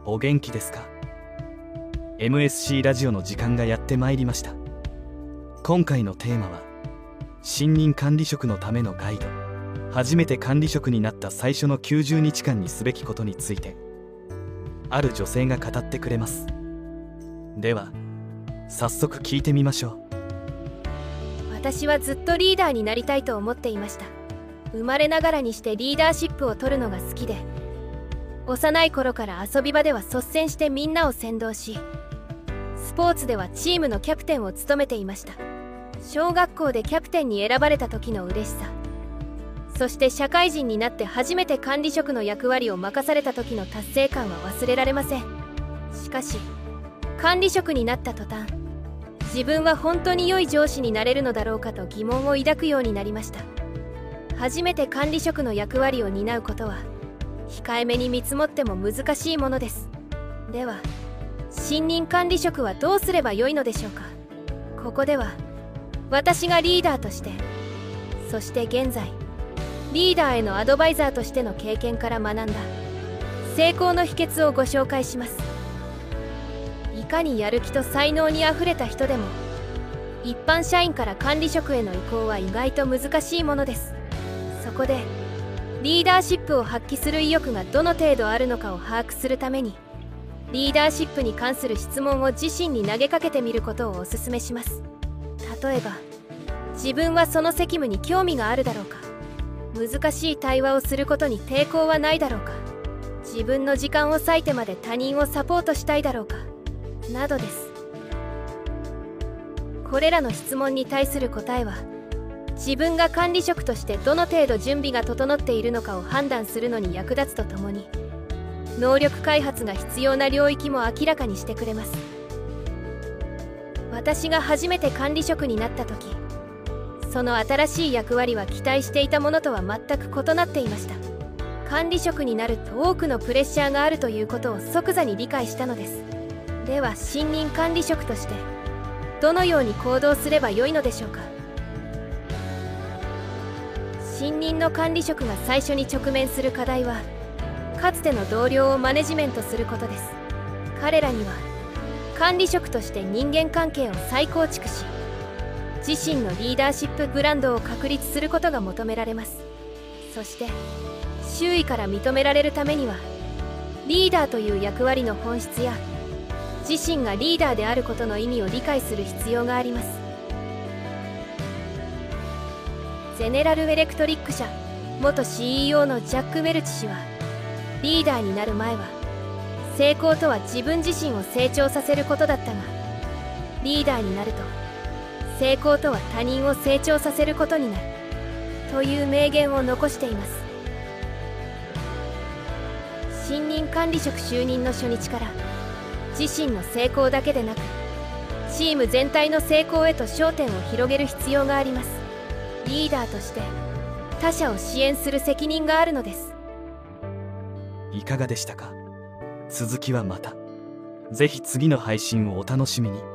お元気ですか？ MSC ラジオの時間がやってまいりました。今回のテーマは新任管理職のためのガイド、初めて管理職になった最初の90日間にすべきことについて、ある女性が語ってくれます。では早速聞いてみましょう。 私はずっとリーダーになりたいと思っていました。生まれながらにしてリーダーシップを取るのが好きで、幼い頃から遊び場では率先してみんなを先導し、スポーツではチームのキャプテンを務めていました。小学校でキャプテンに選ばれた時の嬉しさ、そして社会人になって初めて管理職の役割を任された時の達成感は忘れられません。しかし管理職になった途端、自分は本当に良い上司になれるのだろうかと疑問を抱くようになりました。初めて管理職の役割を担うことは控えめに見積もっても難しいものです。では新任管理職はどうすればよいのでしょうか。ここでは私がリーダーとして、そして現在リーダーへのアドバイザーとしての経験から学んだ成功の秘訣をご紹介します。いかにやる気と才能にあふれた人でも一般社員から管理職への移行は意外と難しいものです。そこでリーダーシップを発揮する意欲がどの程度あるのかを把握するために、リーダーシップに関する質問を自身に投げかけてみることをお勧めします。例えば、自分はその責務に興味があるだろうか、難しい対話をすることに抵抗はないだろうか、自分の時間を割いてまで他人をサポートしたいだろうか、などです。これらの質問に対する答えは、自分が管理職としてどの程度準備が整っているのかを判断するのに役立つとともに、能力開発が必要な領域も明らかにしてくれます。私が初めて管理職になった時、その新しい役割は期待していたものとは全く異なっていました。管理職になると多くのプレッシャーがあるということを即座に理解したのです。では新任管理職としてどのように行動すればよいのでしょうか。新任の管理職が最初に直面する課題は、かつての同僚をマネジメントすることです。彼らには管理職として人間関係を再構築し、自身のリーダーシップブランドを確立することが求められます。そして周囲から認められるためには、リーダーという役割の本質や自身がリーダーであることの意味を理解する必要があります。ゼネラル・エレクトリック社元 CEO のジャック・ウェルチ氏は、リーダーになる前は成功とは自分自身を成長させることだったが、リーダーになると成功とは他人を成長させることになるという名言を残しています。新任管理職就任の初日から自身の成功だけでなく、チーム全体の成功へと焦点を広げる必要があります。リーダーとして他者を支援する責任があるのです。 いかがでしたか？続きはまた。ぜひ次の配信をお楽しみに。